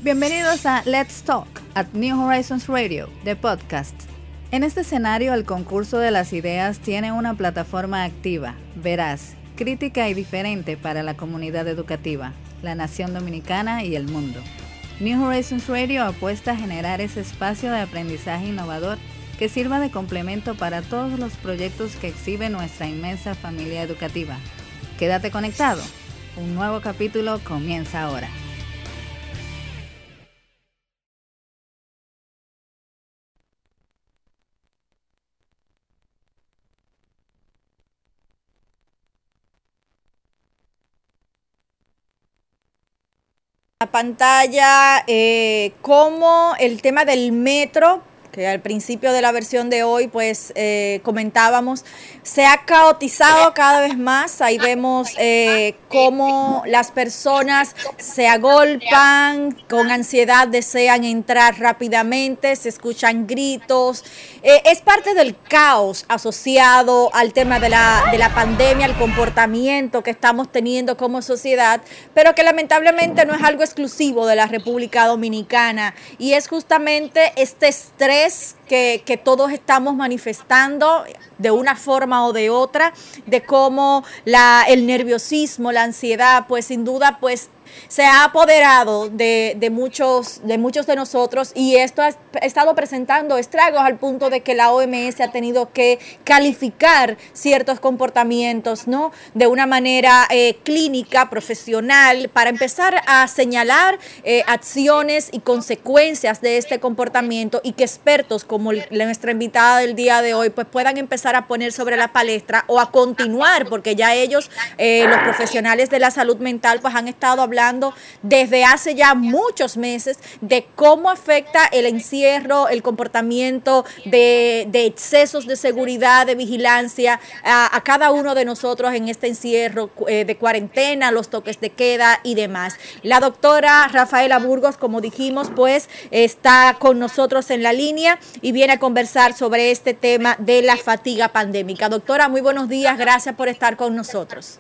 Bienvenidos a Let's Talk at New Horizons Radio, the podcast. En este escenario, el concurso de las ideas tiene una plataforma activa, veraz, crítica y diferente para la comunidad educativa, la nación dominicana y el mundo. New Horizons Radio apuesta a generar ese espacio de aprendizaje innovador que sirva de complemento para todos los proyectos que exhibe nuestra inmensa familia educativa. Quédate conectado. Un nuevo capítulo comienza ahora. La pantalla, como el tema del metro, que al principio de la versión de hoy pues comentábamos, se ha caotizado cada vez más. Ahí vemos cómo las personas se agolpan, con ansiedad desean entrar rápidamente, se escuchan gritos. Es parte del caos asociado al tema de la pandemia, el comportamiento que estamos teniendo como sociedad, pero que lamentablemente no es algo exclusivo de la República Dominicana, y es justamente este estrés que todos estamos manifestando de una forma o de otra, de cómo el nerviosismo, la ansiedad, pues sin duda, pues se ha apoderado de muchos de nosotros, y esto ha estado presentando estragos al punto de que la OMS ha tenido que calificar ciertos comportamientos, ¿no?, de una manera clínica, profesional, para empezar a señalar acciones y consecuencias de este comportamiento, y que expertos como nuestra invitada del día de hoy pues puedan empezar a poner sobre la palestra o a continuar, porque ya ellos, los profesionales de la salud mental, pues han estado hablando desde hace ya muchos meses de cómo afecta el encierro, el comportamiento de excesos de seguridad, de vigilancia a cada uno de nosotros en este encierro de cuarentena, los toques de queda y demás. La doctora Rafaela Burgos, como dijimos, pues está con nosotros en la línea y viene a conversar sobre este tema de la fatiga pandémica. Doctora, muy buenos días, gracias por estar con nosotros.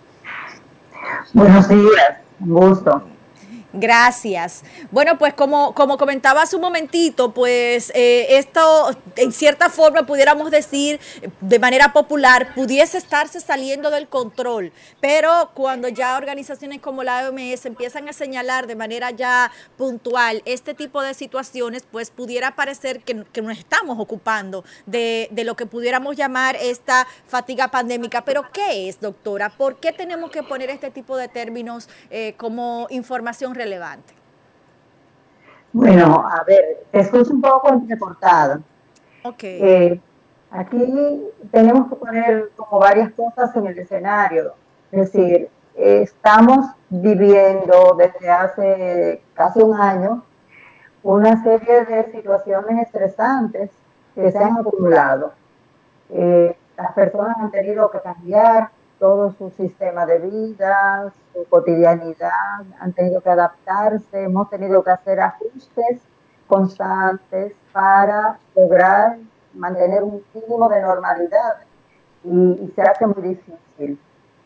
Buenos días, un gusto. Gracias. Bueno, pues como comentaba hace un momentito, pues esto en cierta forma pudiéramos decir de manera popular pudiese estarse saliendo del control, pero cuando ya organizaciones como la OMS empiezan a señalar de manera ya puntual este tipo de situaciones, pues pudiera parecer que nos estamos ocupando de lo que pudiéramos llamar esta fatiga pandémica. Pero ¿qué es, doctora? ¿Por qué tenemos que poner este tipo de términos como información relevante? Bueno, a ver, te escucho un poco entrecortado. Okay. Aquí tenemos que poner como varias cosas en el escenario. Es decir, estamos viviendo desde hace casi un año una serie de situaciones estresantes que se han acumulado. Las personas han tenido que cambiar todo su sistema de vida, su cotidianidad, han tenido que adaptarse, hemos tenido que hacer ajustes constantes para lograr mantener un mínimo de normalidad, y se hace muy difícil.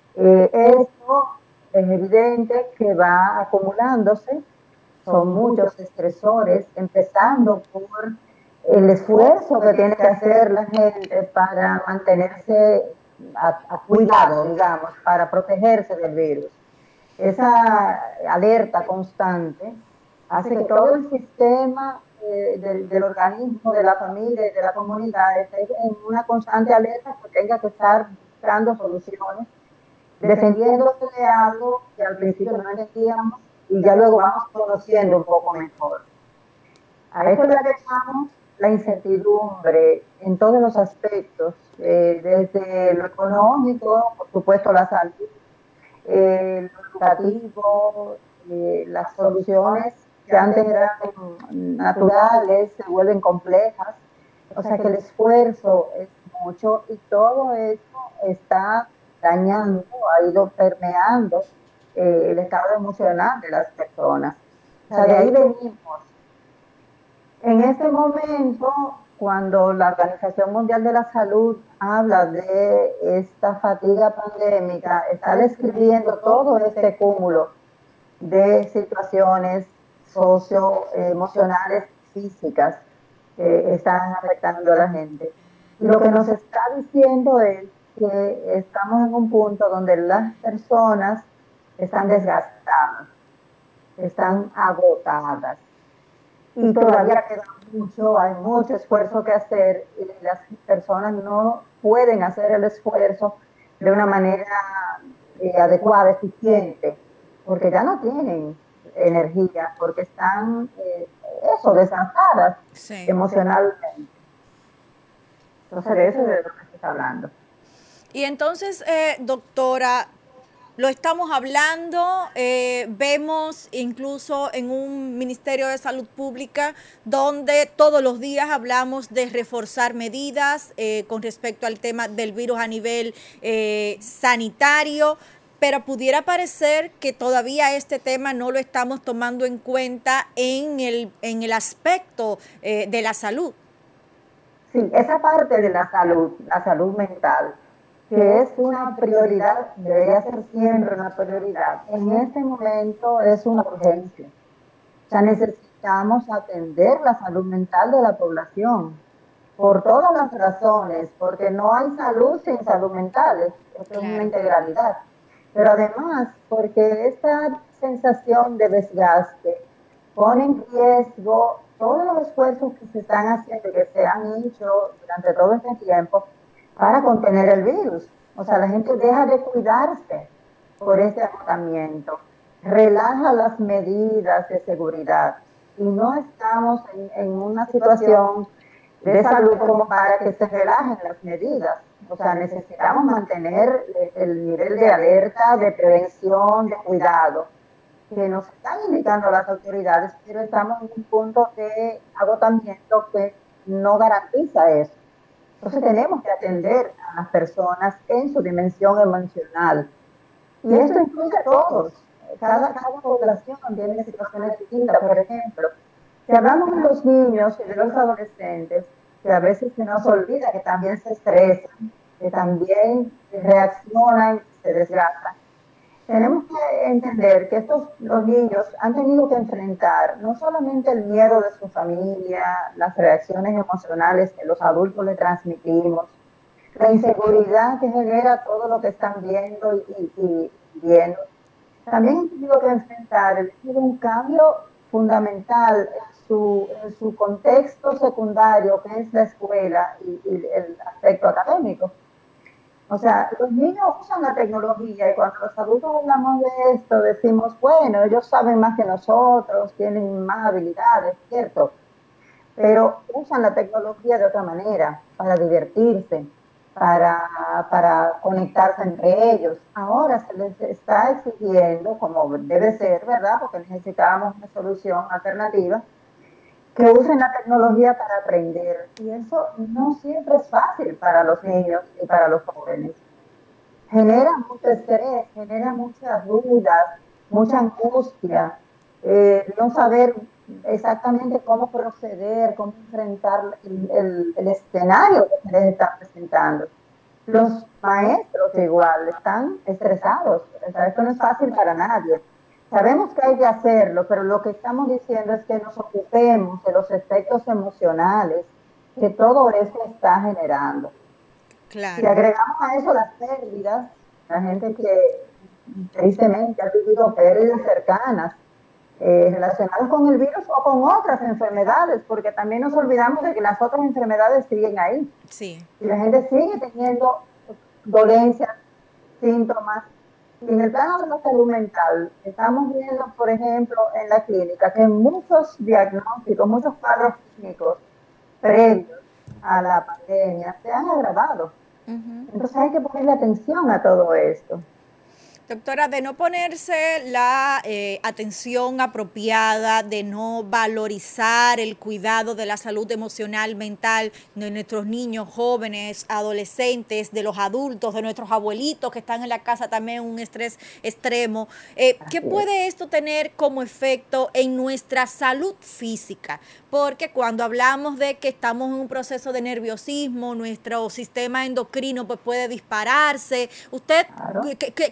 Esto es evidente que va acumulándose, son muchos estresores, empezando por el esfuerzo que tiene que hacer la gente para mantenerse a cuidado, digamos, para protegerse del virus. Esa alerta constante hace que todo el sistema del organismo, de la familia y de la comunidad esté en una constante alerta, que tenga que estar buscando soluciones, defendiéndose de algo que al principio no entendíamos y ya luego vamos conociendo un poco mejor. A esto le agregamos la incertidumbre en todos los aspectos, desde lo económico, por supuesto la salud, lo educativo, las soluciones que antes eran naturales se vuelven complejas, o sea que el esfuerzo es mucho, y todo eso está dañando, ha ido permeando el estado emocional de las personas. O sea, de ahí venimos. En este momento, cuando la Organización Mundial de la Salud habla de esta fatiga pandémica, está describiendo todo este cúmulo de situaciones socioemocionales, físicas, que están afectando a la gente. Y lo que nos está diciendo es que estamos en un punto donde las personas están desgastadas, están agotadas. Y todavía queda mucho, hay mucho esfuerzo que hacer y las personas no pueden hacer el esfuerzo de una manera adecuada, eficiente, porque ya no tienen energía, porque están desgastadas emocionalmente. Entonces de eso es de lo que se está hablando. Y entonces, doctora, lo estamos hablando, vemos incluso en un Ministerio de Salud Pública donde todos los días hablamos de reforzar medidas con respecto al tema del virus a nivel sanitario, pero pudiera parecer que todavía este tema no lo estamos tomando en cuenta en el aspecto de la salud. Sí, esa parte de la salud mental, que es una prioridad, debería ser siempre una prioridad, en este momento es una urgencia. O sea, necesitamos atender la salud mental de la población, por todas las razones, porque no hay salud sin salud mental, es una integralidad. Pero además, porque esta sensación de desgaste pone en riesgo todos los esfuerzos que se están haciendo, que se han hecho durante todo este tiempo, para contener el virus. O sea, la gente deja de cuidarse por este agotamiento, relaja las medidas de seguridad y no estamos en una situación de salud como para que se relajen las medidas. O sea, necesitamos mantener el nivel de alerta, de prevención, de cuidado que nos están indicando las autoridades, pero estamos en un punto de agotamiento que no garantiza eso. Entonces tenemos que atender a las personas en su dimensión emocional. Y eso incluye a todos. Cada población tiene situaciones distintas. Por ejemplo, si hablamos de los niños y de los adolescentes, que a veces se nos olvida que también se estresan, que también reaccionan, se desgastan. Tenemos que entender que los niños han tenido que enfrentar no solamente el miedo de su familia, las reacciones emocionales que los adultos le transmitimos, la inseguridad que genera todo lo que están viendo y viendo. También han tenido que enfrentar un cambio fundamental en su contexto secundario, que es la escuela y el aspecto académico. O sea, los niños usan la tecnología y cuando los adultos hablamos de esto decimos, bueno, ellos saben más que nosotros, tienen más habilidades, ¿cierto? Pero usan la tecnología de otra manera, para divertirse, para conectarse entre ellos. Ahora se les está exigiendo, como debe ser, ¿verdad? Porque necesitábamos una solución alternativa, que usen la tecnología para aprender. Y eso no siempre es fácil para los niños y para los jóvenes. Genera mucho estrés, genera muchas dudas, mucha angustia, no saber exactamente cómo proceder, cómo enfrentar el escenario que se les está presentando. Los maestros igual están estresados. O sea, esto no es fácil para nadie. Sabemos que hay que hacerlo, pero lo que estamos diciendo es que nos ocupemos de los efectos emocionales que todo esto está generando. Claro. Si agregamos a eso las pérdidas, la gente que tristemente ha vivido pérdidas cercanas relacionadas con el virus o con otras enfermedades, porque también nos olvidamos de que las otras enfermedades siguen ahí. Sí. Y la gente sigue teniendo dolencias, síntomas. Y en el plano de la salud mental, estamos viendo, por ejemplo, en la clínica, que muchos diagnósticos, muchos cuadros clínicos previos a la pandemia se han agravado. Entonces hay que ponerle atención a todo esto. Doctora, de no ponerse la atención apropiada, de no valorizar el cuidado de la salud emocional, mental de nuestros niños, jóvenes, adolescentes, de los adultos, de nuestros abuelitos que están en la casa también un estrés extremo. ¿Qué puede esto tener como efecto en nuestra salud física? Porque cuando hablamos de que estamos en un proceso de nerviosismo, nuestro sistema endocrino pues puede dispararse. ¿Usted qué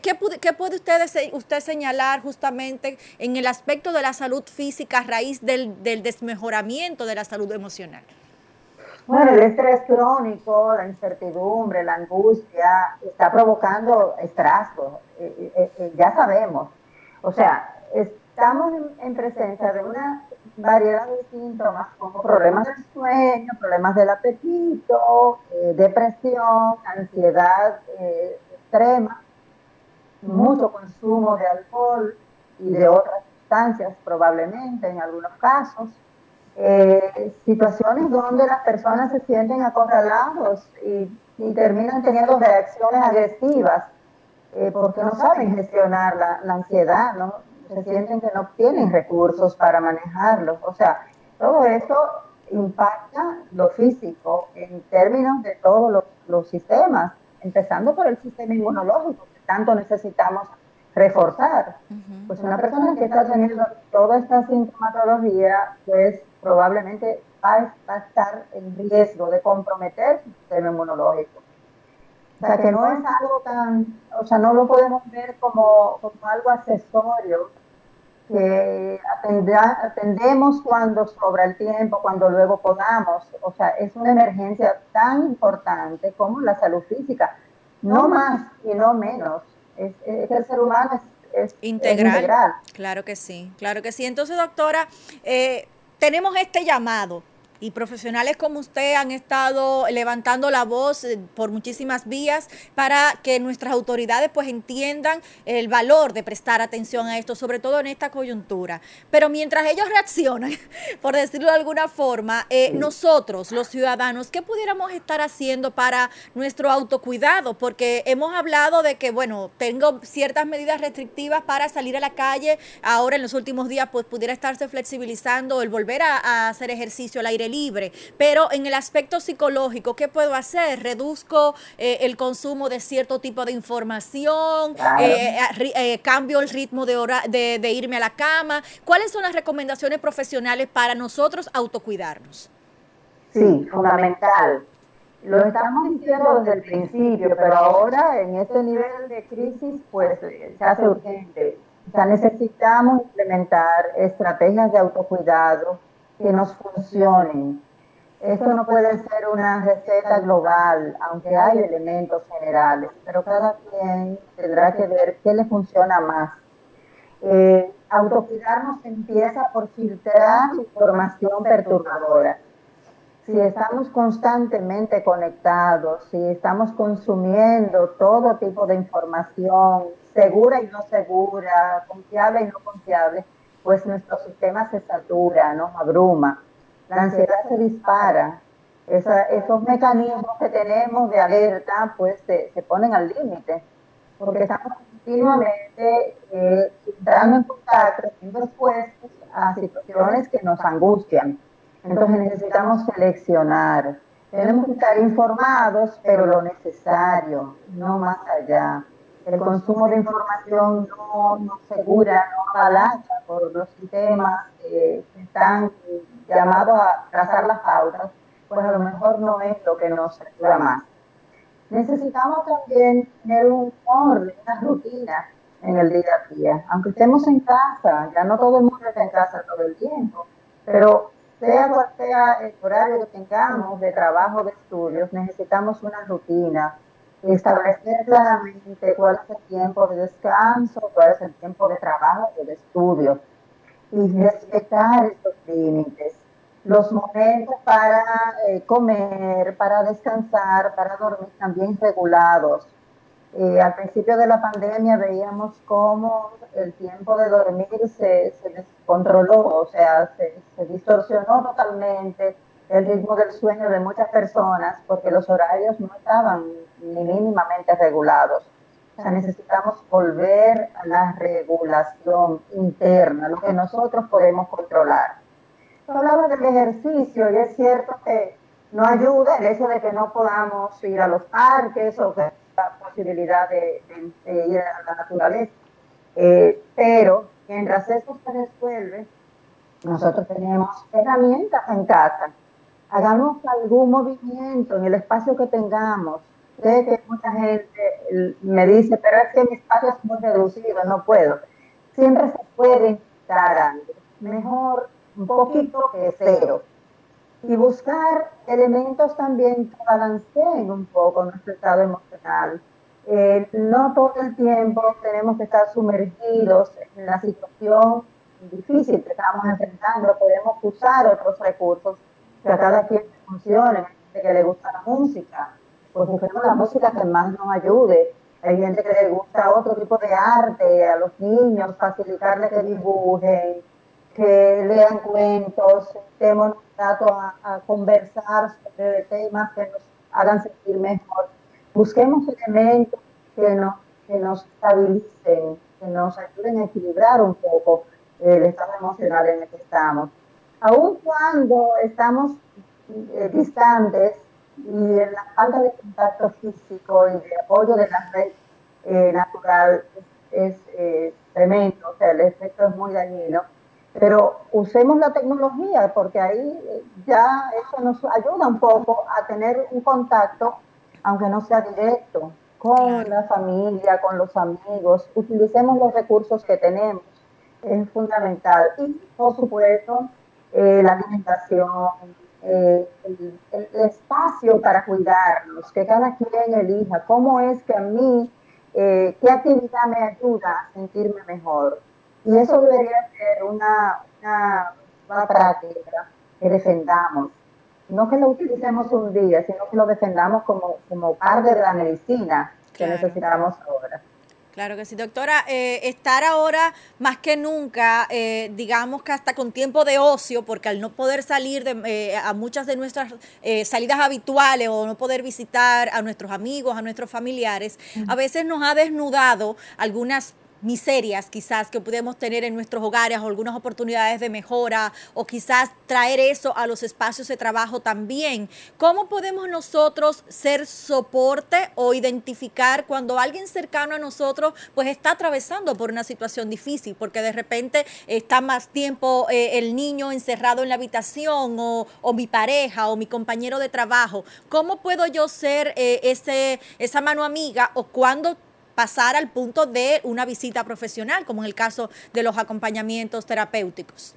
¿qué puede usted señalar justamente en el aspecto de la salud física a raíz del desmejoramiento de la salud emocional? Bueno, el estrés crónico, la incertidumbre, la angustia, está provocando estragos, ya sabemos. O sea, estamos en presencia de una variedad de síntomas como problemas del sueño, problemas del apetito, depresión, ansiedad extrema, mucho consumo de alcohol y de otras sustancias probablemente en algunos casos. Situaciones donde las personas se sienten acorralados y terminan teniendo reacciones agresivas porque no saben gestionar la ansiedad, ¿no? Se sienten que no tienen recursos para manejarlo. O sea, todo esto impacta lo físico en términos de todos los sistemas, empezando por el sistema inmunológico que tanto necesitamos reforzar. Pues una persona que está teniendo toda esta sintomatología, pues probablemente va a estar en riesgo de comprometer su sistema inmunológico. O sea, que no es algo no lo podemos ver como algo accesorio que atendemos cuando sobra el tiempo, cuando luego podamos. O sea, es una emergencia tan importante como la salud física, no más y no menos. Es que el ser humano es integral. Claro que sí, claro que sí. Entonces, doctora, tenemos este llamado y profesionales como usted han estado levantando la voz por muchísimas vías para que nuestras autoridades pues entiendan el valor de prestar atención a esto, sobre todo en esta coyuntura. Pero mientras ellos reaccionan, por decirlo de alguna forma, nosotros, los ciudadanos, ¿qué pudiéramos estar haciendo para nuestro autocuidado? Porque hemos hablado de que, bueno, tengo ciertas medidas restrictivas para salir a la calle. Ahora en los últimos días pues pudiera estarse flexibilizando el volver a hacer ejercicio al aire libre, pero en el aspecto psicológico, ¿qué puedo hacer? ¿Reduzco el consumo de cierto tipo de información? Claro. ¿Cambio el ritmo de irme a la cama? ¿Cuáles son las recomendaciones profesionales para nosotros autocuidarnos? Sí, fundamental. Lo estamos diciendo desde el principio, pero ahora en este nivel de crisis pues se hace urgente. O sea, necesitamos implementar estrategias de autocuidado que nos funcionen. Esto no puede ser una receta global, aunque hay elementos generales, pero cada quien tendrá que ver qué le funciona más. Autocuidarnos empieza por filtrar información perturbadora. Si estamos constantemente conectados, si estamos consumiendo todo tipo de información, segura y no segura, confiable y no confiable, pues nuestro sistema se satura, nos abruma, la ansiedad se dispara, esos mecanismos que tenemos de alerta pues se ponen al límite, porque estamos continuamente entrando en contacto, siendo expuestos a situaciones que nos angustian. Entonces necesitamos seleccionar, tenemos que estar informados, pero lo necesario, no más allá. El consumo de información no segura, no avalada por los sistemas que están llamados a trazar las pautas, pues a lo mejor no es lo que nos ayuda más. Necesitamos también tener un orden, una rutina en el día a día. Aunque estemos en casa, ya no todo el mundo está en casa todo el tiempo, pero sea cual sea el horario que tengamos de trabajo, de estudios, necesitamos una rutina, establecer claramente cuál es el tiempo de descanso, cuál es el tiempo de trabajo o de estudio, y respetar estos límites. Los momentos para comer, para descansar, para dormir también regulados. Al principio de la pandemia veíamos cómo el tiempo de dormir se descontroló, o sea, se distorsionó totalmente el ritmo del sueño de muchas personas porque los horarios no estaban ni mínimamente regulados. O sea, necesitamos volver a la regulación interna, lo que nosotros podemos controlar. Hablaba del ejercicio y es cierto que no ayuda el hecho de que no podamos ir a los parques o que la posibilidad de ir a la naturaleza. Pero mientras esto se resuelve, nosotros tenemos herramientas en casa. Hagamos algún movimiento en el espacio que tengamos. sé que mucha gente me dice, pero es que mi espacio es muy reducido, no puedo. Siempre se puede intentar algo. Mejor un poquito que cero. Y buscar elementos también que balanceen un poco nuestro estado emocional. No todo el tiempo tenemos que estar sumergidos en la situación difícil que estamos enfrentando, podemos usar otros recursos que a cada quien le funcione. Hay gente que le gusta la música, pues busquemos la música que más nos ayude. Hay gente que le gusta otro tipo de arte, a los niños, facilitarles que dibujen, que lean cuentos, sentemos un rato a conversar sobre temas que nos hagan sentir mejor. Busquemos elementos que nos estabilicen, que nos ayuden a equilibrar un poco el estado emocional en el que estamos. Aun cuando estamos distantes y en la falta de contacto físico y de apoyo de la red natural es tremendo, o sea, el efecto es muy dañino, pero usemos la tecnología porque ahí ya eso nos ayuda un poco a tener un contacto, aunque no sea directo, con la familia, con los amigos. Utilicemos los recursos que tenemos, es fundamental. Y por supuesto, la alimentación, el espacio para cuidarnos, que cada quien elija, cómo es que a mí, qué actividad me ayuda a sentirme mejor. Y eso debería ser una práctica que defendamos. No que lo utilicemos un día, sino que lo defendamos como parte de la medicina que necesitamos ahora. Claro que sí, doctora. Estar ahora más que nunca, digamos que hasta con tiempo de ocio, porque al no poder salir a muchas de nuestras salidas habituales o no poder visitar a nuestros amigos, a nuestros familiares, a veces nos ha desnudado algunas miserias quizás que podemos tener en nuestros hogares o algunas oportunidades de mejora o quizás traer eso a los espacios de trabajo también. ¿Cómo podemos nosotros ser soporte o identificar cuando alguien cercano a nosotros pues está atravesando por una situación difícil porque de repente está más tiempo el niño encerrado en la habitación o mi pareja o mi compañero de trabajo? ¿Cómo puedo yo ser esa mano amiga o cuando pasar al punto de una visita profesional, como en el caso de los acompañamientos terapéuticos?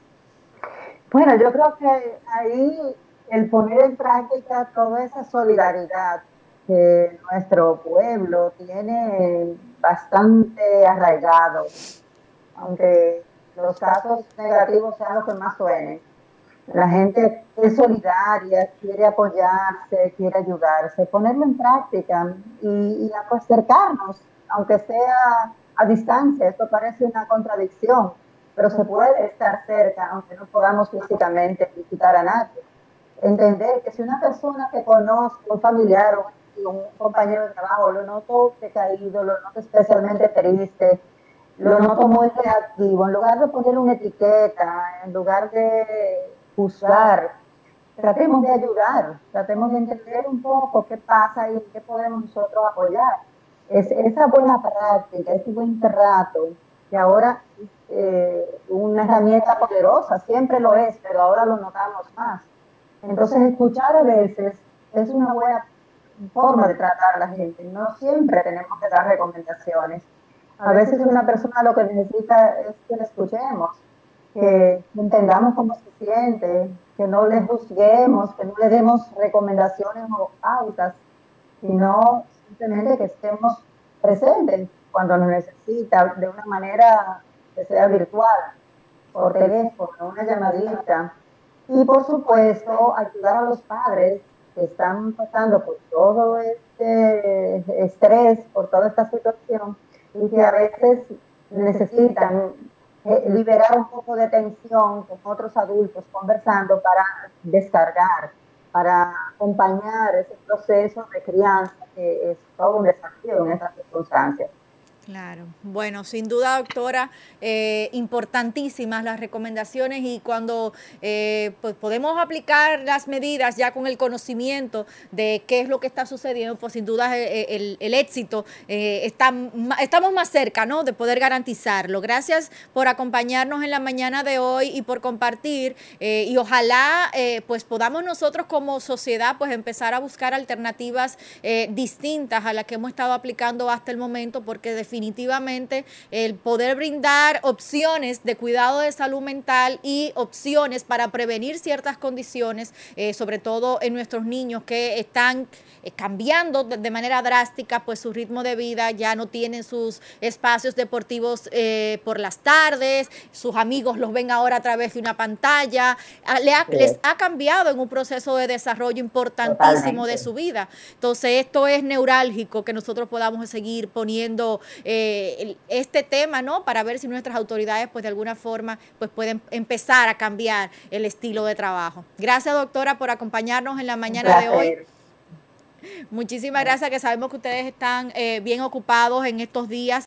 Bueno, yo creo que ahí el poner en práctica toda esa solidaridad que nuestro pueblo tiene bastante arraigado, aunque los casos negativos sean los que más suenen. La gente es solidaria, quiere apoyarse, quiere ayudarse, ponerlo en práctica y acercarnos, aunque sea a distancia. Esto parece una contradicción, pero se puede estar cerca, aunque no podamos físicamente visitar a nadie. Entender que si una persona que conozco, un familiar o un compañero de trabajo, lo noto decaído, lo noto especialmente triste, lo noto muy reactivo, en lugar de poner una etiqueta, en lugar de juzgar, tratemos de ayudar, tratemos de entender un poco qué pasa y en qué podemos nosotros apoyar. Esa buena práctica, ese buen trato, que ahora es una herramienta poderosa, siempre lo es, pero ahora lo notamos más. Entonces, escuchar a veces es una buena forma de tratar a la gente. No siempre tenemos que dar recomendaciones. A veces una persona lo que necesita es que la escuchemos, que entendamos cómo se siente, que no le juzguemos, que no le demos recomendaciones o pautas, sino simplemente que estemos presentes cuando nos necesita, de una manera que sea virtual, por teléfono, una llamadita. Y por supuesto, ayudar a los padres que están pasando por todo este estrés, por toda esta situación, y que a veces necesitan liberar un poco de tensión con otros adultos conversando para descargar, para acompañar ese proceso de crianza que es todo un desafío en estas circunstancias. Claro, bueno, sin duda, doctora, importantísimas las recomendaciones y cuando pues podemos aplicar las medidas ya con el conocimiento de qué es lo que está sucediendo, pues sin duda el éxito estamos más cerca, ¿no?, de poder garantizarlo. Gracias por acompañarnos en la mañana de hoy y por compartir y ojalá pues podamos nosotros como sociedad pues empezar a buscar alternativas distintas a las que hemos estado aplicando hasta el momento, porque definitivamente el poder brindar opciones de cuidado de salud mental y opciones para prevenir ciertas condiciones, sobre todo en nuestros niños que están cambiando de manera drástica pues su ritmo de vida, ya no tienen sus espacios deportivos por las tardes, sus amigos los ven ahora a través de una pantalla, les ha cambiado en un proceso de desarrollo importantísimo de su vida. Entonces esto es neurálgico, que nosotros podamos seguir poniendo este tema, ¿no?, para ver si nuestras autoridades pues de alguna forma pues pueden empezar a cambiar el estilo de trabajo. Gracias, doctora, por acompañarnos en la mañana de hoy. Muchísimas gracias, que sabemos que ustedes están bien ocupados en estos días.